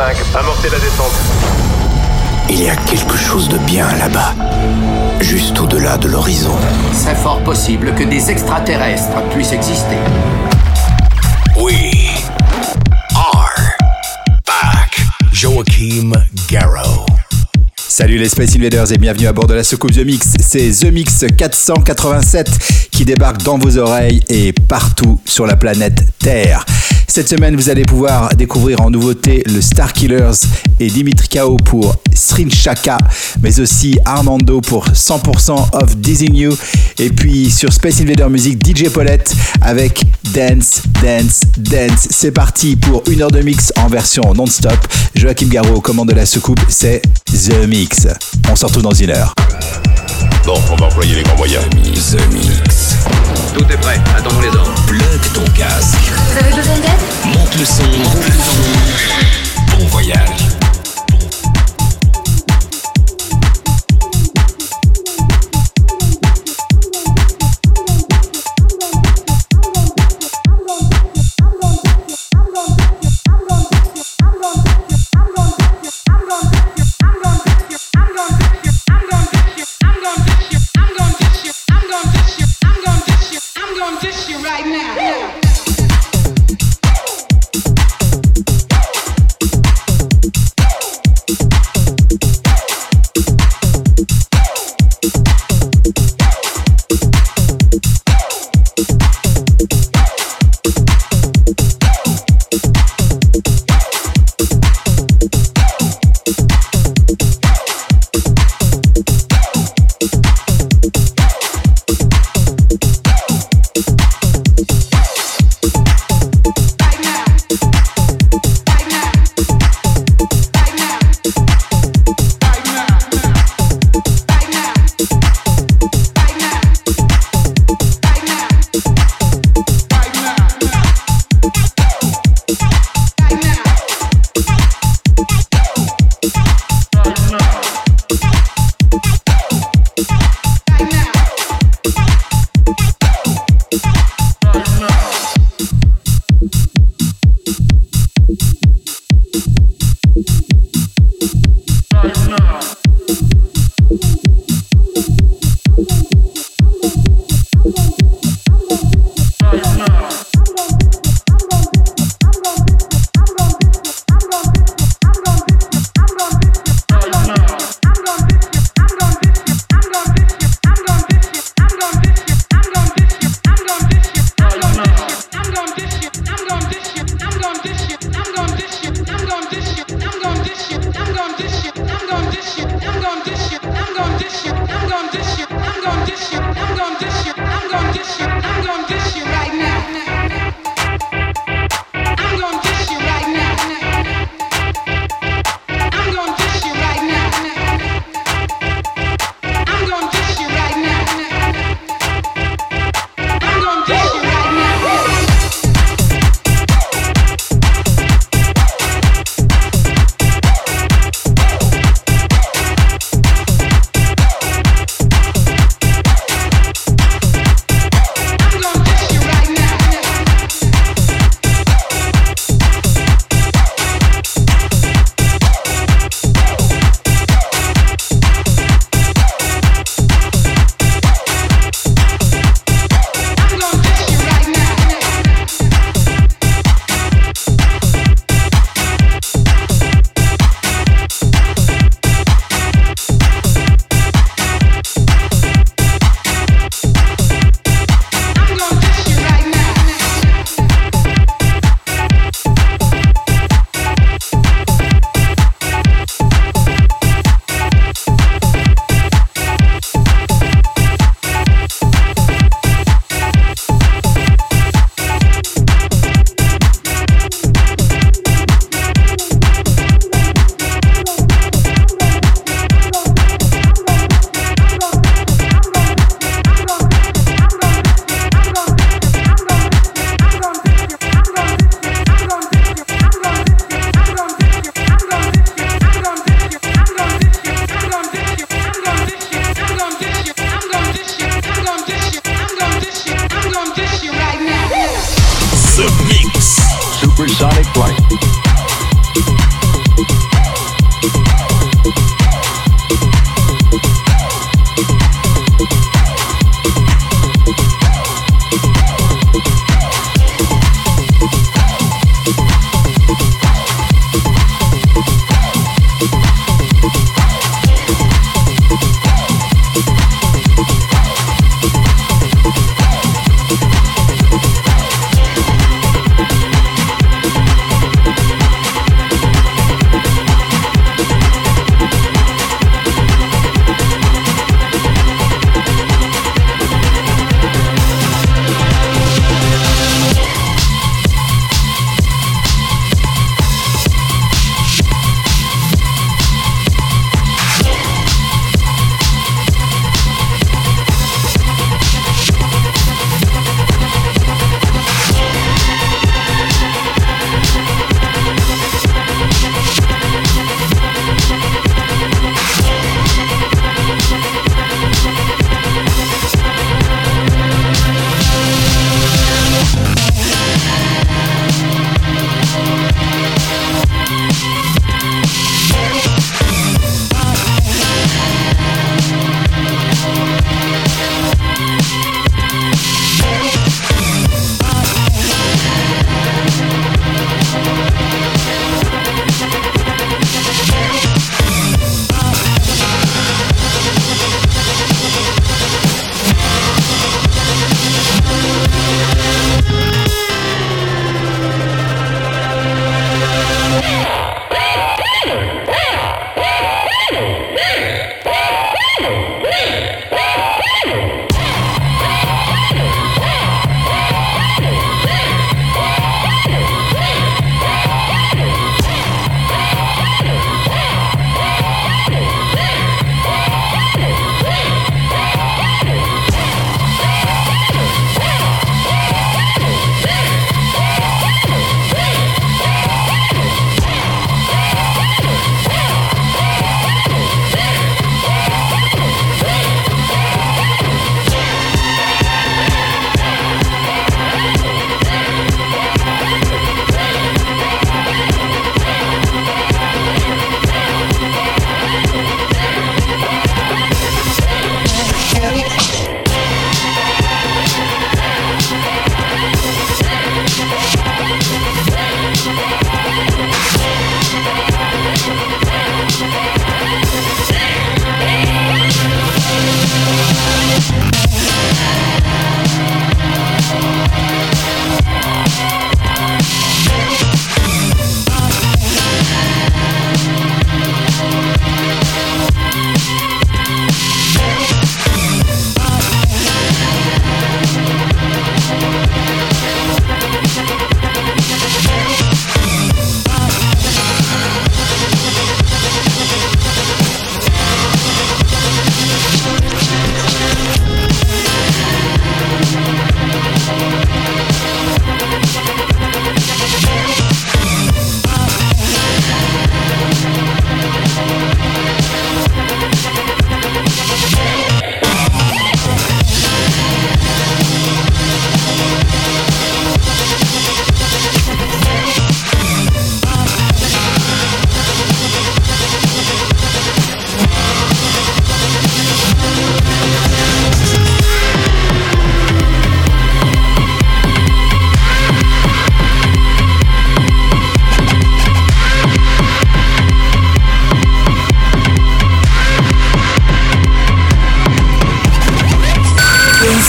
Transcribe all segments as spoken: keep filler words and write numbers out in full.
cinq, amorcez la descente. Il y a quelque chose de bien là-bas, juste au-delà de l'horizon. C'est fort possible que des extraterrestres puissent exister. We are back. Joachim Garraud. Salut les Space Invaders et bienvenue à bord de la soucoupe The Mix. C'est The Mix quatre cent quatre-vingt-sept qui débarque dans vos oreilles et partout sur la planète Terre. Cette semaine, vous allez pouvoir découvrir en nouveauté le Starkillers et Dimitri Kao pour Srinchaka, mais aussi Armando pour cent pour cent of Dizzy You. Et puis sur Space Invader Music, D J Paulette avec Dance, Dance, Dance. C'est parti pour une heure de mix en version non-stop. Joachim Garraud aux commandes de la soucoupe, c'est The Mix. On se retrouve dans une heure. Bon, on va employer les grands moyens. The Mix. Tout est prêt, attendons les ordres. Plug ton casque. Vous avez besoin d'aide ? Monte le son, monte le son. Bon voyage. I'm gonna dish you right now.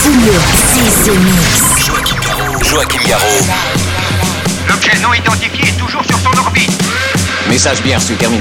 fouleux, c'est The Mix. Joachim Garraud. Joachim Garraud. L'objet non identifié est toujours sur son orbite. Message bien reçu, terminé.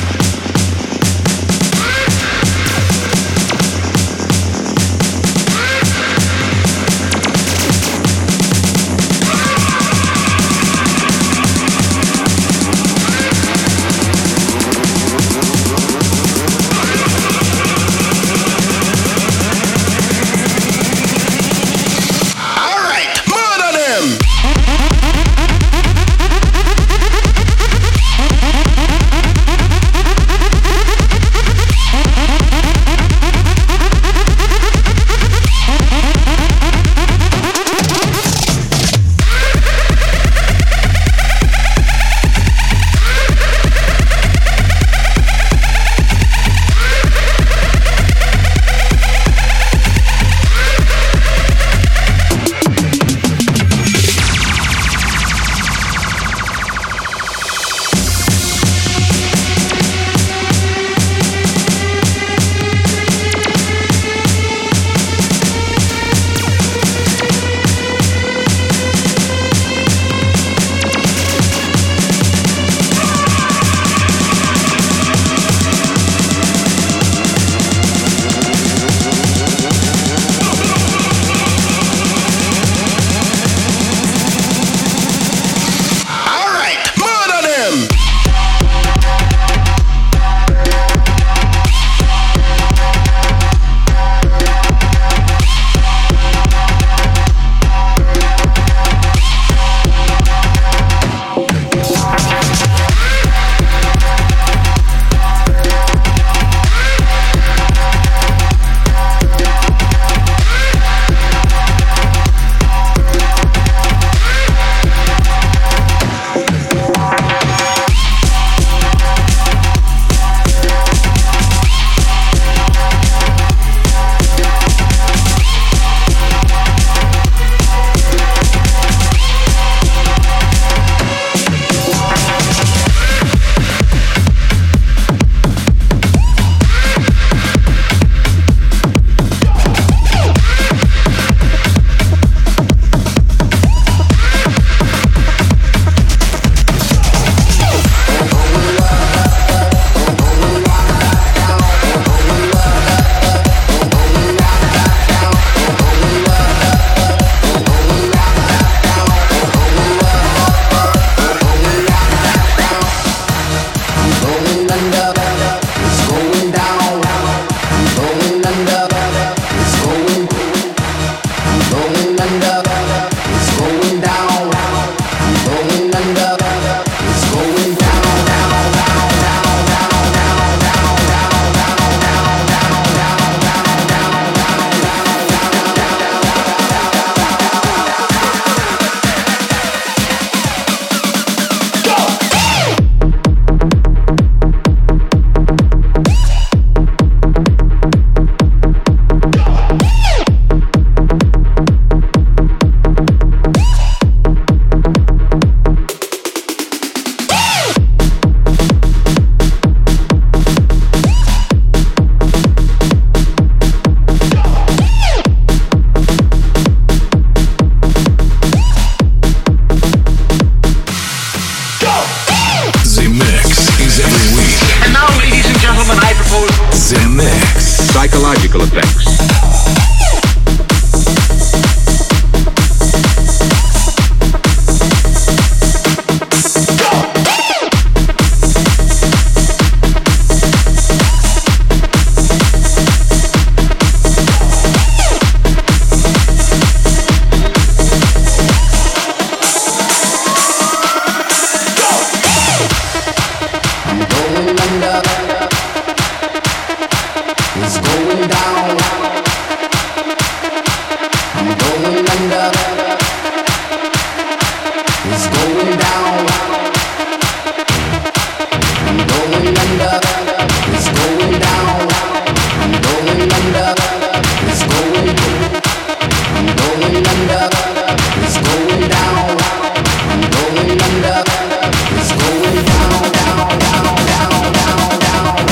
Psychological effects.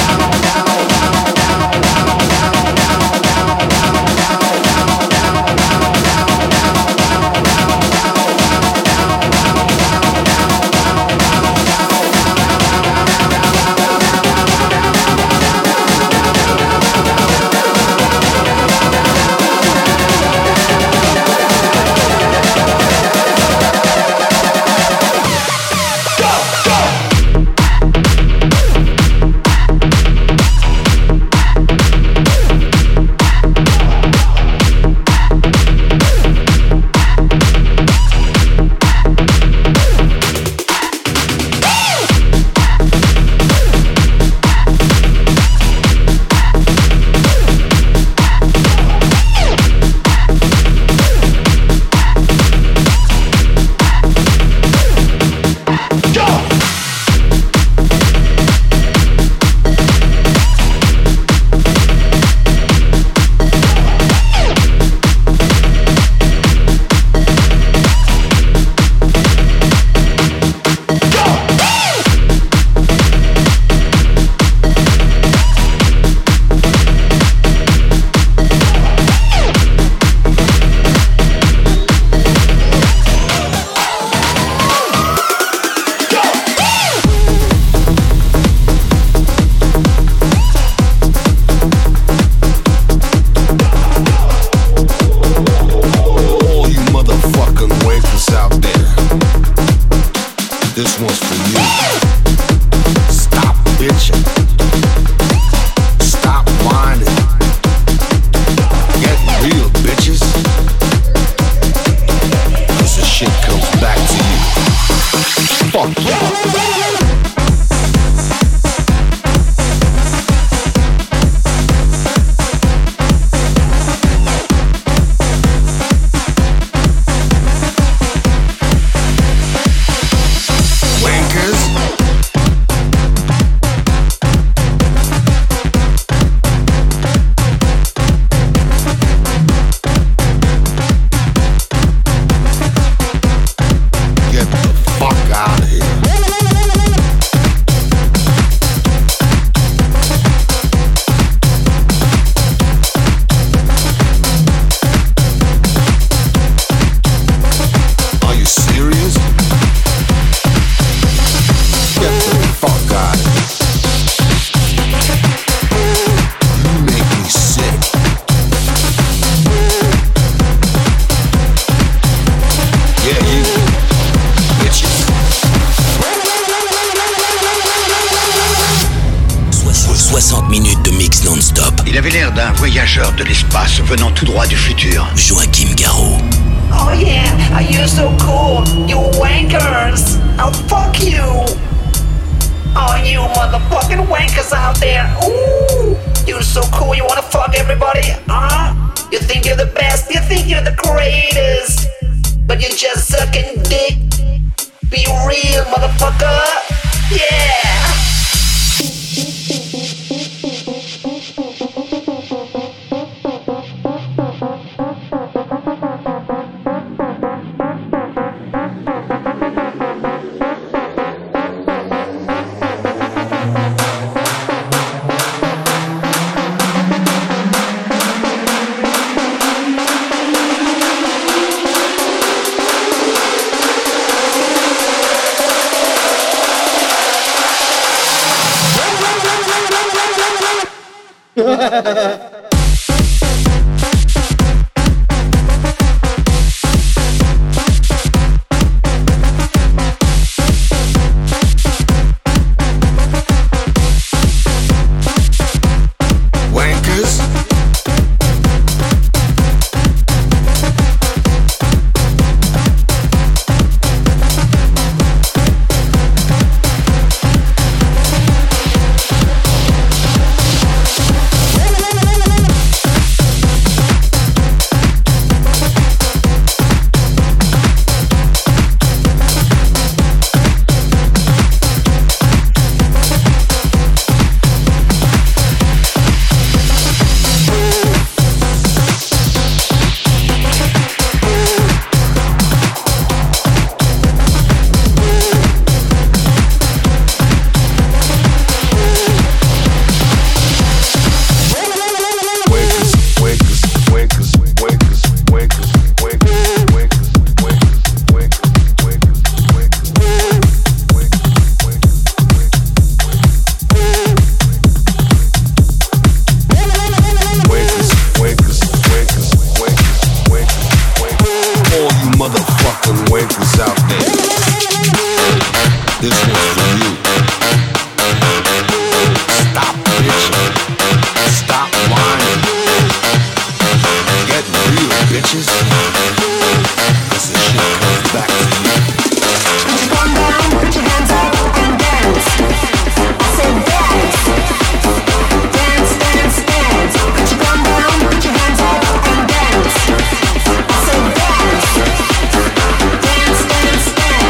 Down, down, down, down, down, down, down, down, down, down, down, down, down, down, This one's for you. Stop bitching. Stop whining. Get real, bitches. Cause the shit comes back to you. Fuck you. De l'espace venant tout droit du futur. Joachim Garraud. Oh yeah, you're so cool, you wankers. I'll fuck you. Oh, you motherfucking wankers out there. Ooh, you're so cool, you wanna fuck everybody, huh? You think you're the best, you think you're the greatest, but you're just sucking dick. Be real, motherfucker. Yeah. Dance, dance, dance.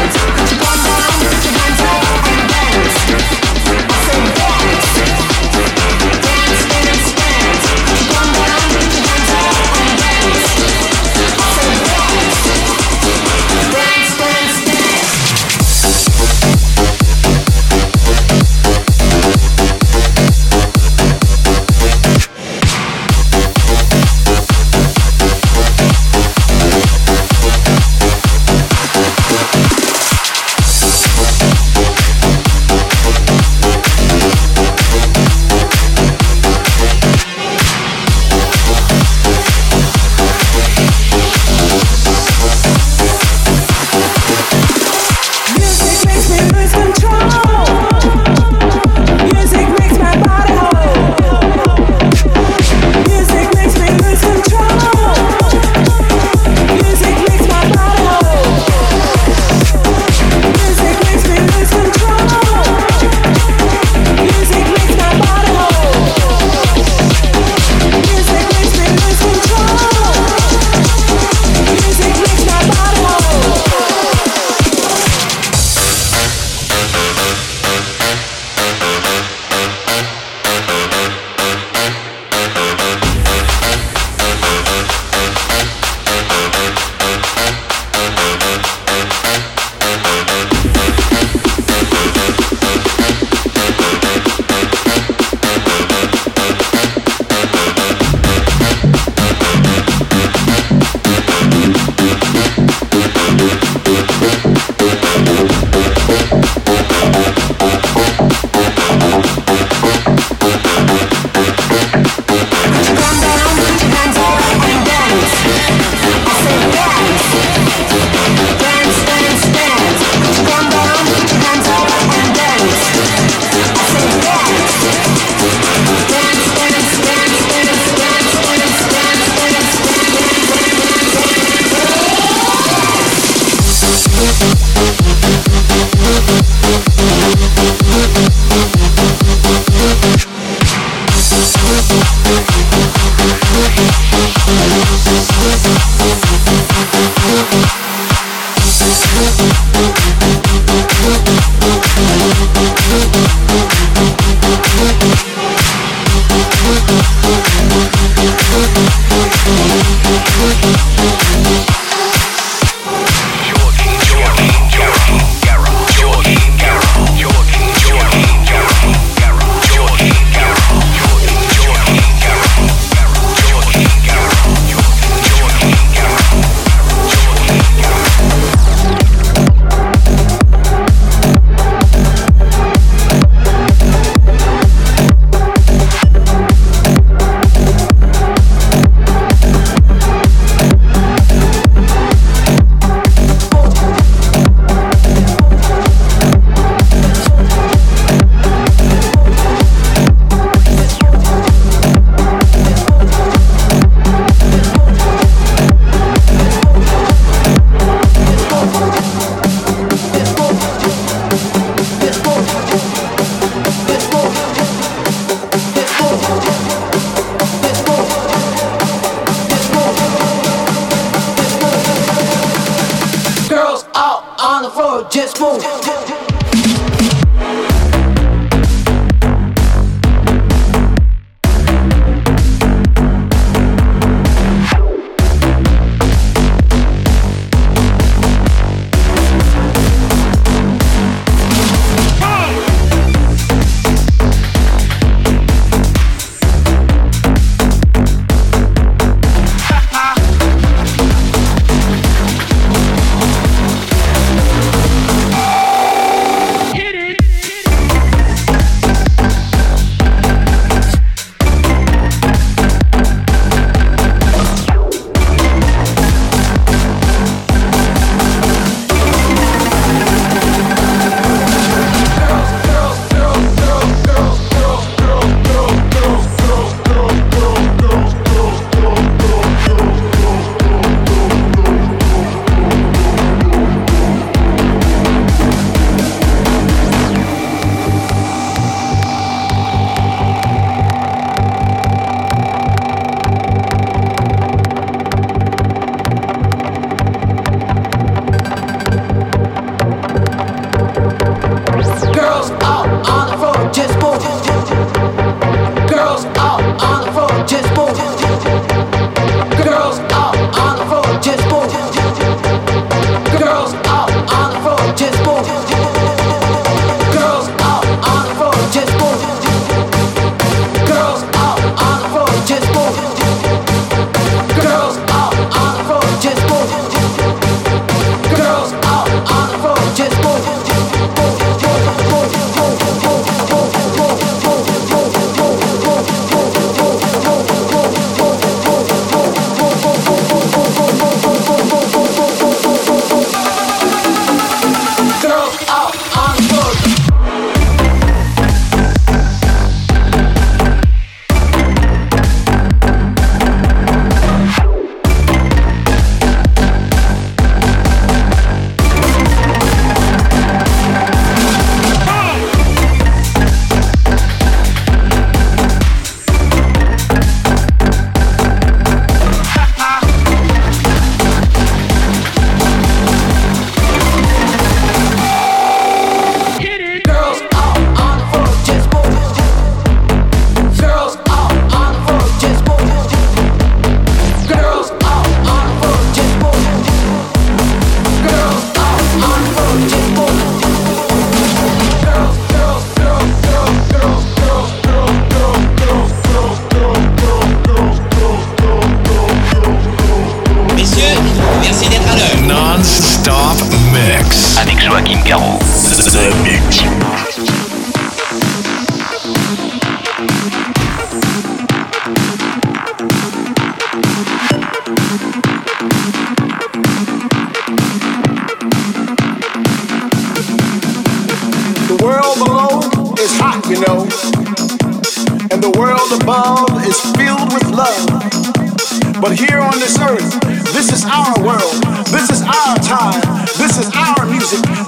But here on this earth, this is our world, this is our time, this is our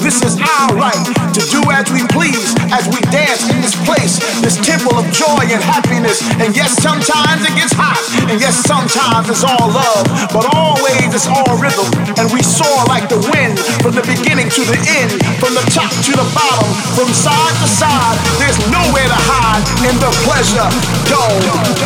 This is our right to do as we please, as we dance in this place, this temple of joy and happiness. And yes, sometimes it gets hot, and yes, sometimes it's all love, but always it's all rhythm. And we soar like the wind, from the beginning to the end, from the top to the bottom, from side to side. There's nowhere to hide in the pleasure dome.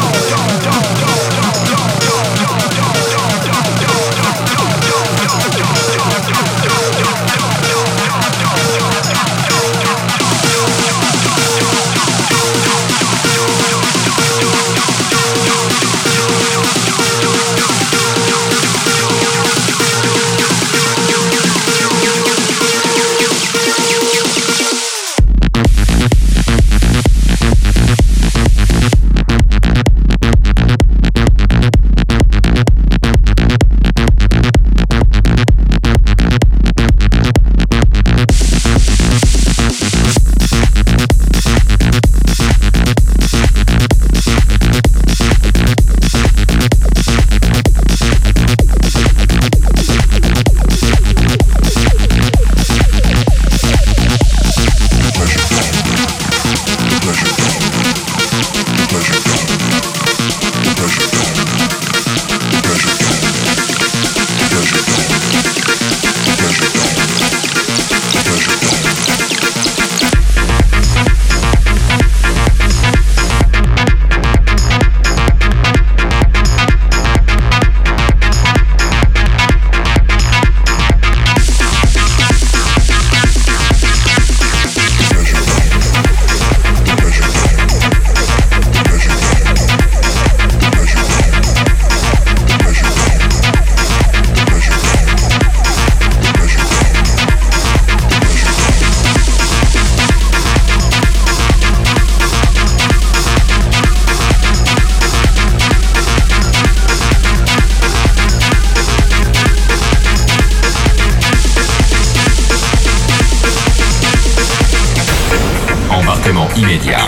Immédiat.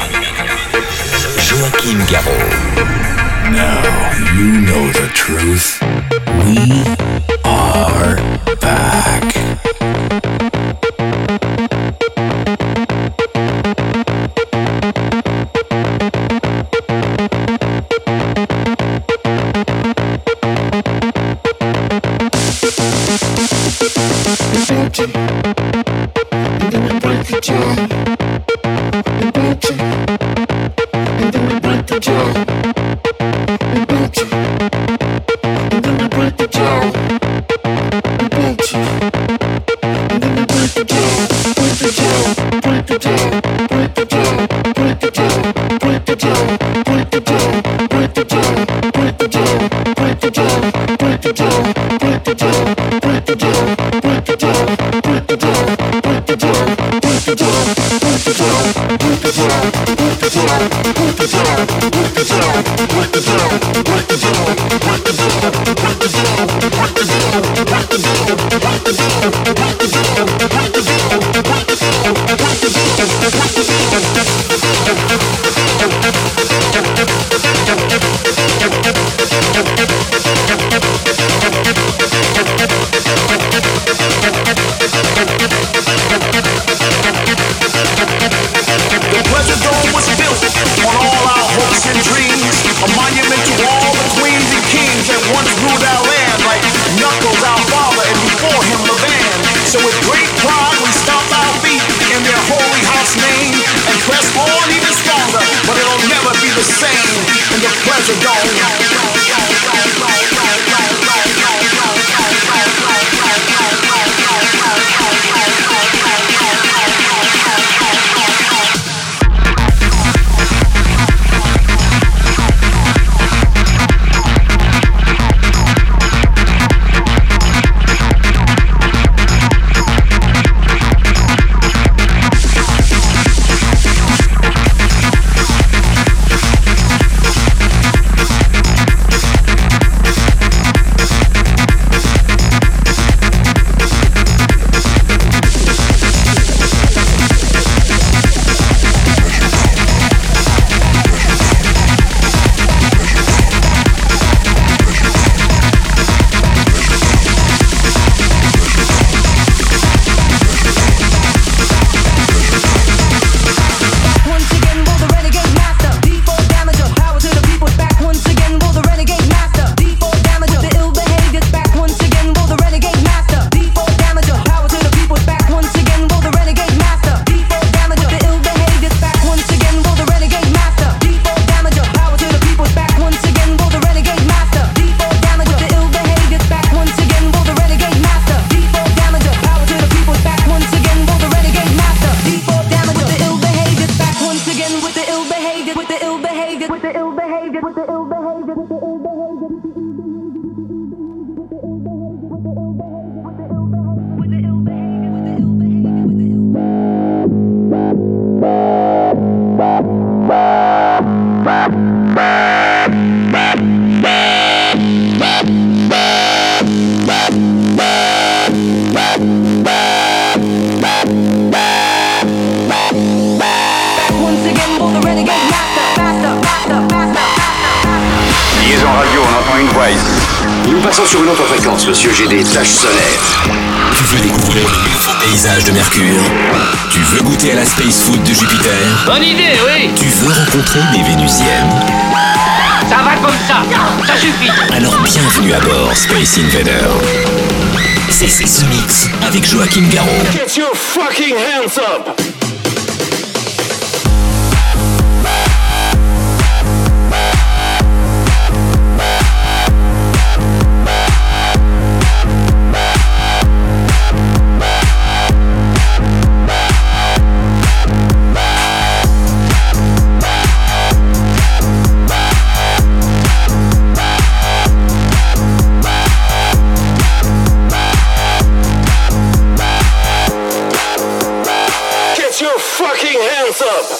Joachim Garraud. Now you know the truth. We are back. So passons sur une autre fréquence, monsieur, j'ai des taches solaires. Tu veux découvrir les nouveaux paysages de Mercure? Tu veux goûter à la space food de Jupiter? Bonne idée, oui. Tu veux rencontrer des Vénusiennes? Ça va comme ça, ça suffit. Alors bienvenue à bord, Space Invader. C'est The Mix avec Joachim Garraud. Get your fucking hands up! Fucking hands up!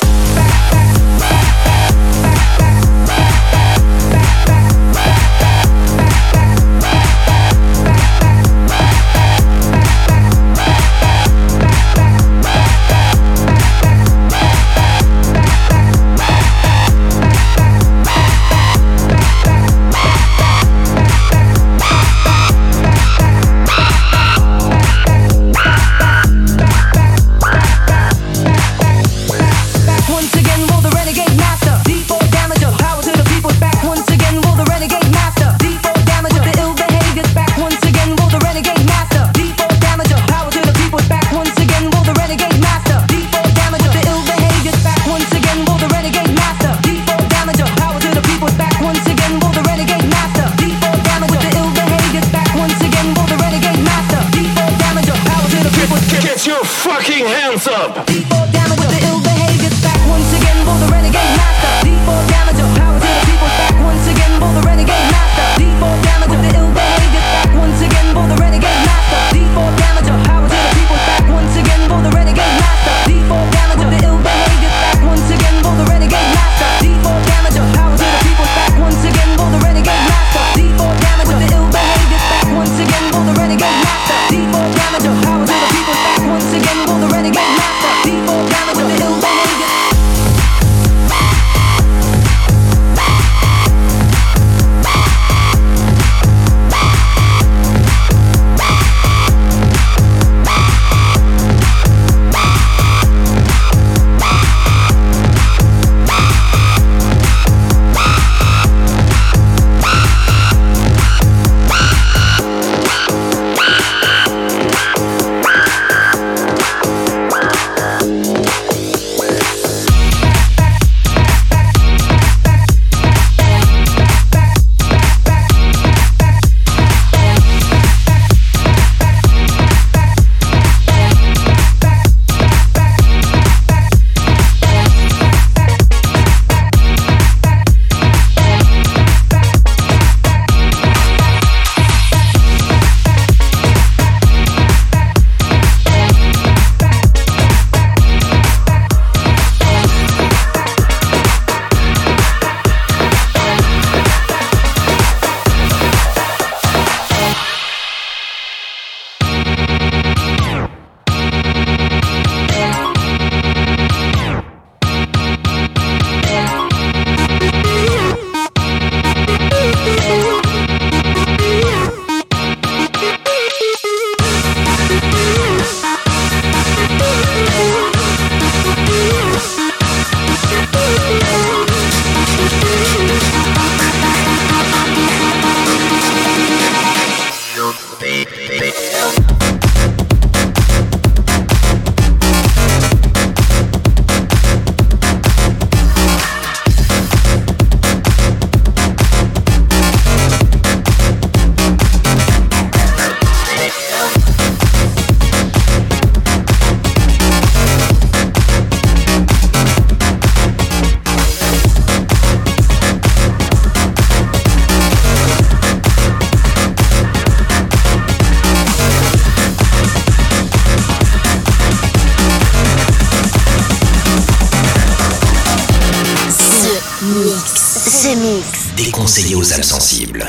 The Mix. Déconseillé aux âmes sensibles.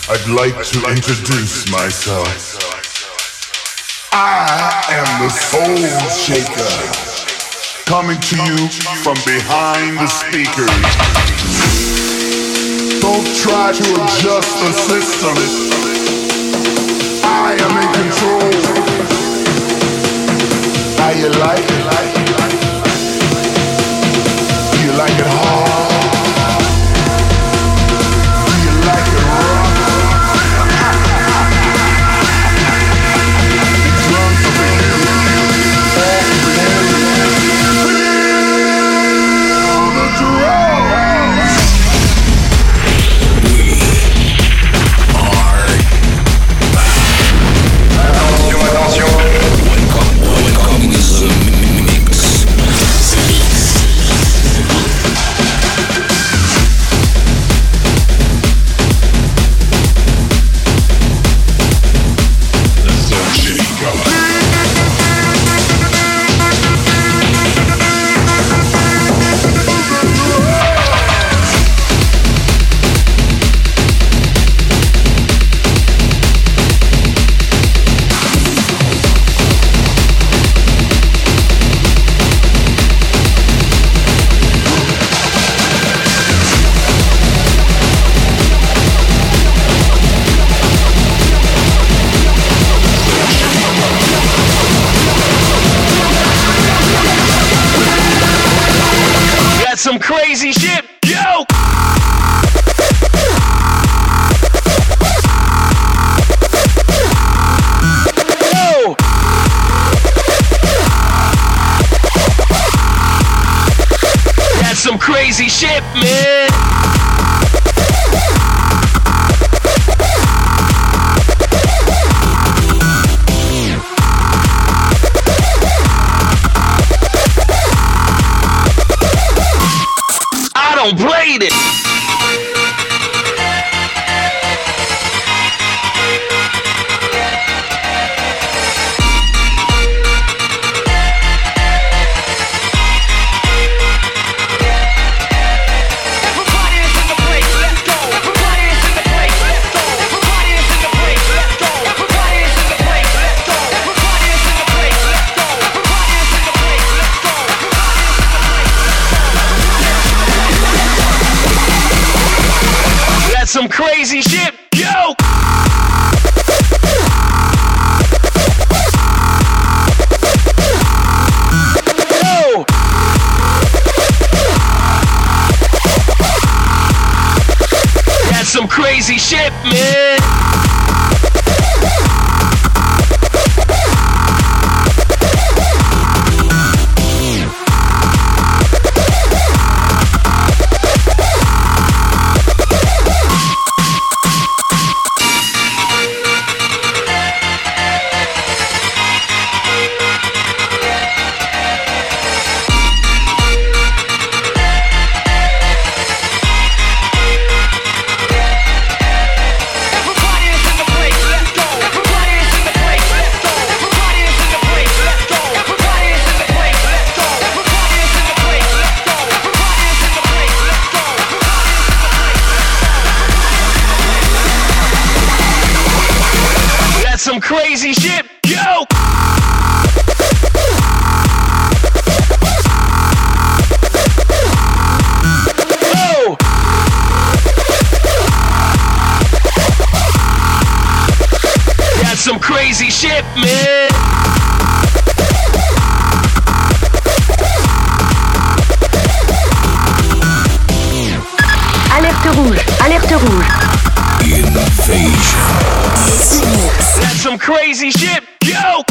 I'd like to introduce myself. I am the Soul Shaker, coming to you from behind the speakers. Don't try to adjust the system. I am in control. How you like it? Do you like it hard? Do you like it rough? Some crazy shit, yo! Yo! That's some crazy shit, man! Don't play it. Some crazy shit, yo! Yo! That's some crazy shit, man! Some crazy shit, yo! Oh! That's some crazy shit, man! Alerte rouge, alerte rouge. Invasion. That's some crazy shit, yo!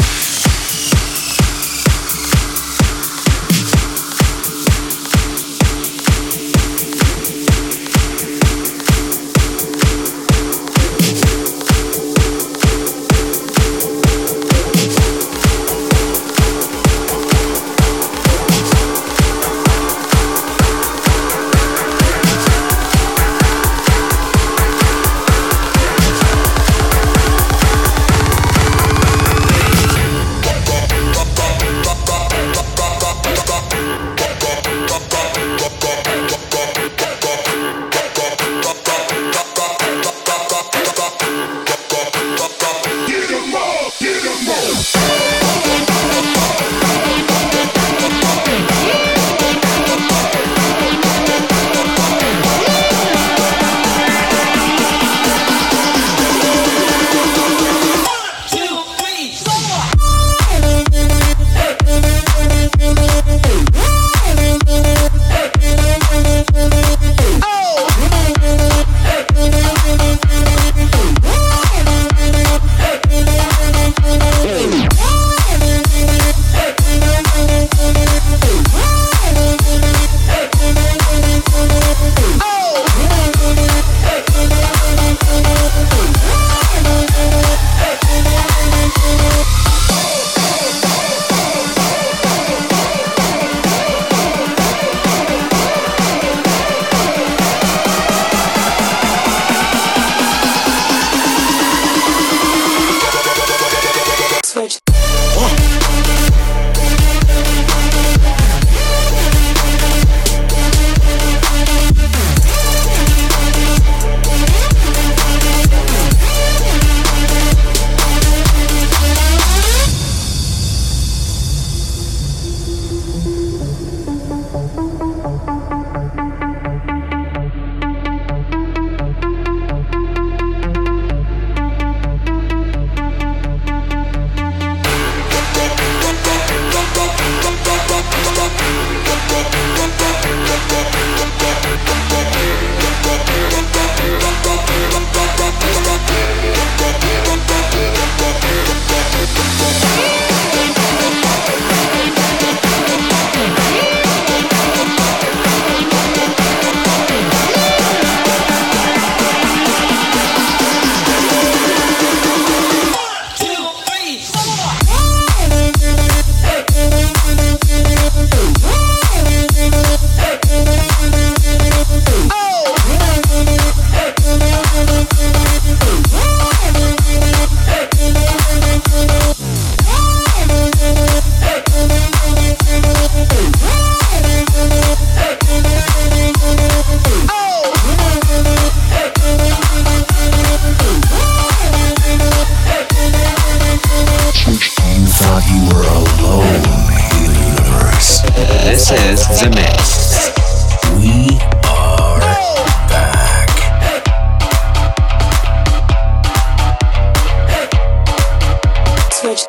This is The Mix. We are back. Switch.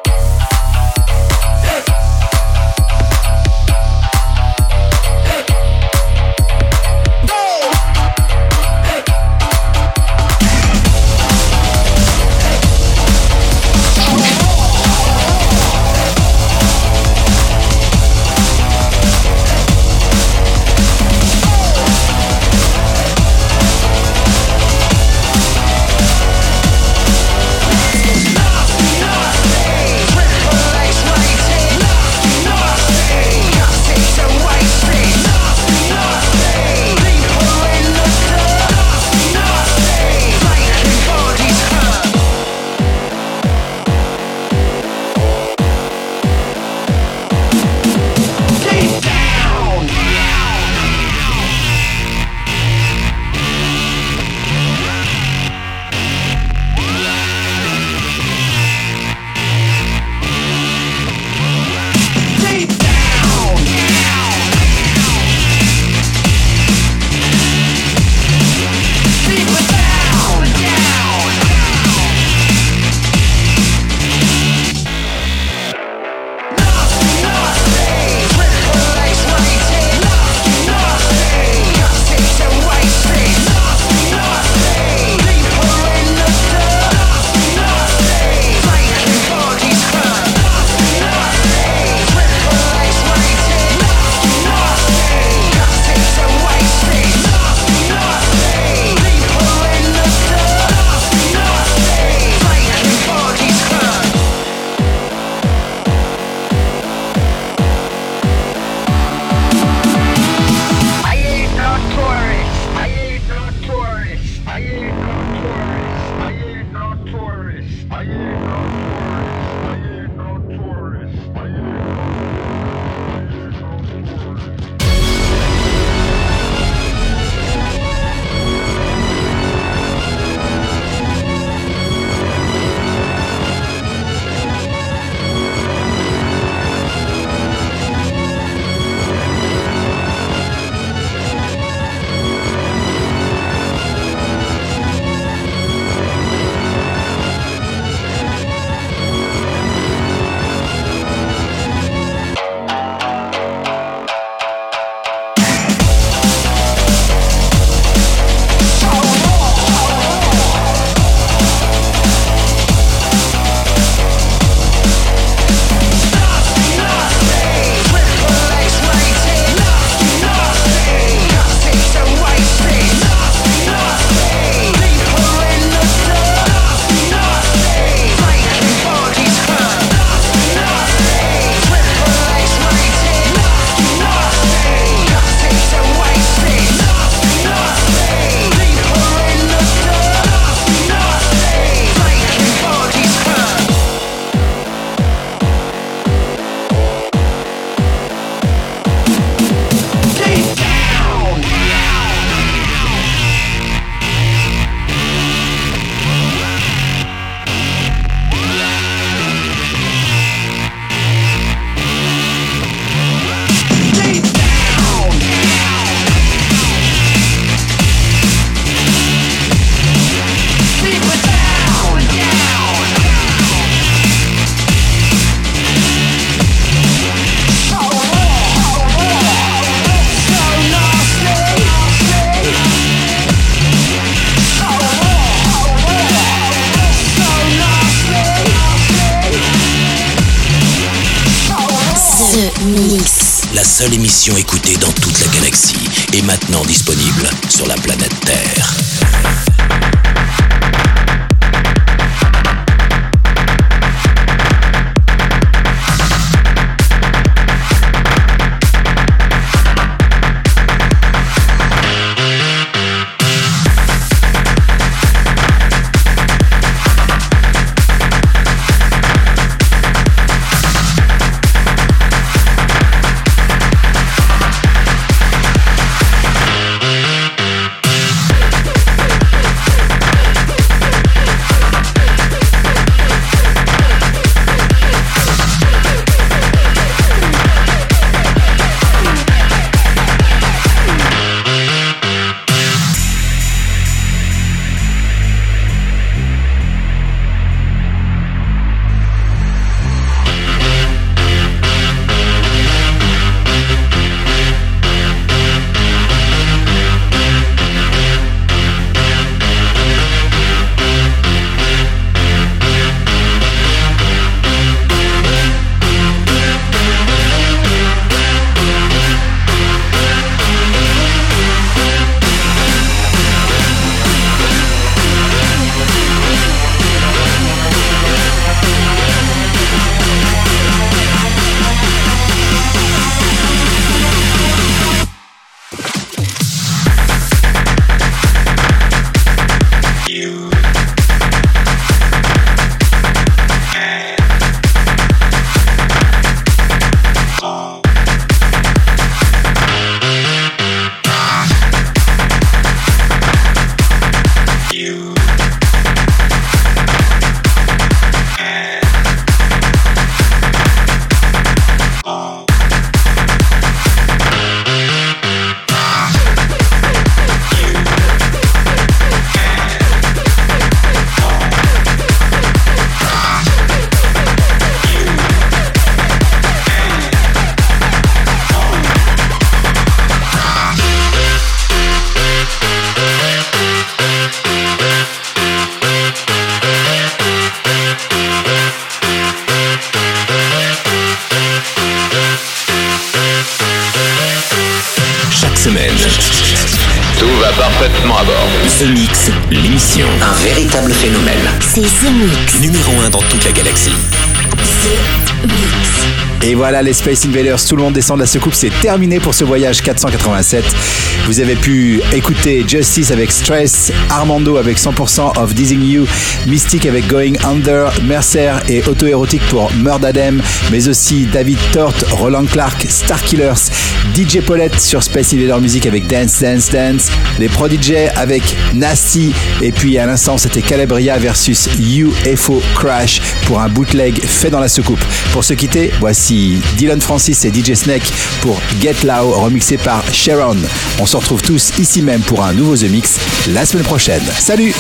la seule émission écoutée dans toute la galaxie est maintenant disponible sur la planète Terre. Parfaitement à bord. The Mix, l'émission. Un véritable phénomène. C'est The Mix. Numéro un dans toute la galaxie. The Mix. Et voilà les Space Invaders, tout le monde descend de la soucoupe, c'est terminé pour ce voyage quatre cent quatre-vingt-sept. Vous avez pu écouter Justice avec Stress, Armando avec cent pour cent of Dizzying You, Mystique avec Going Under, Mercer et Auto-Érotique pour Murdadem, mais aussi David Tort, Roland Clark, Starkillers, D J Paulette sur Space Invader Music avec Dance Dance Dance, les Prodigy avec Nasty, et puis à l'instant c'était Calabria versus U F O Crash pour un bootleg fait dans la soucoupe. Pour se quitter, voici Dylan Francis et D J Snake pour Get Low remixé par Sharon. On se retrouve tous ici même pour un nouveau The Mix la semaine prochaine. Salut!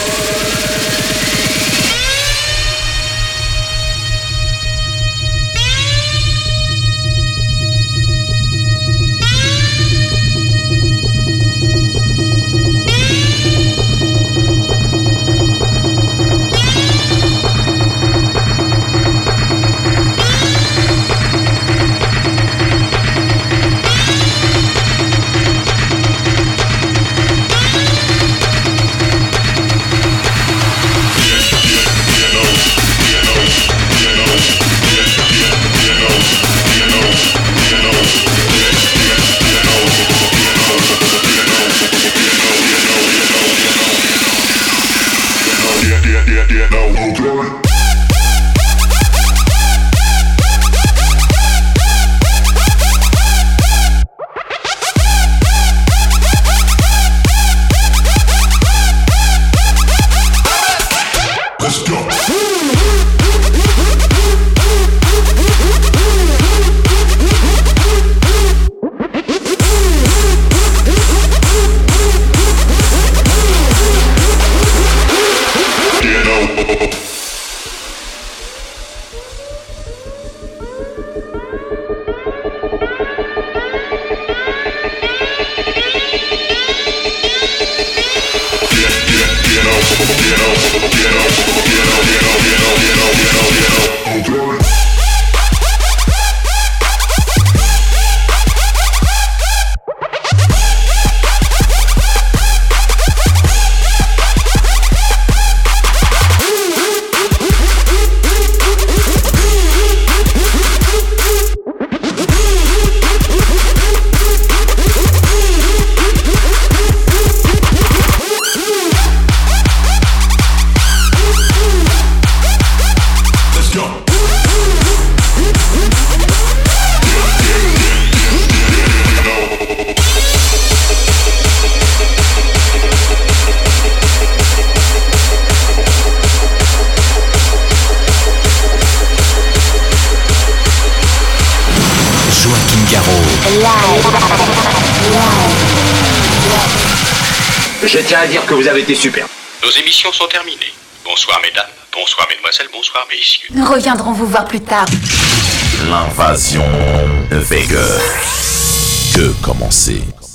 Get up, get up, get up, get up, get up. Nougaro. Je tiens à dire que vous avez été super. Nos émissions sont terminées. Bonsoir mesdames, bonsoir mesdemoiselles, bonsoir messieurs. Nous reviendrons vous voir plus tard. L'invasion de Vega. Que commencer?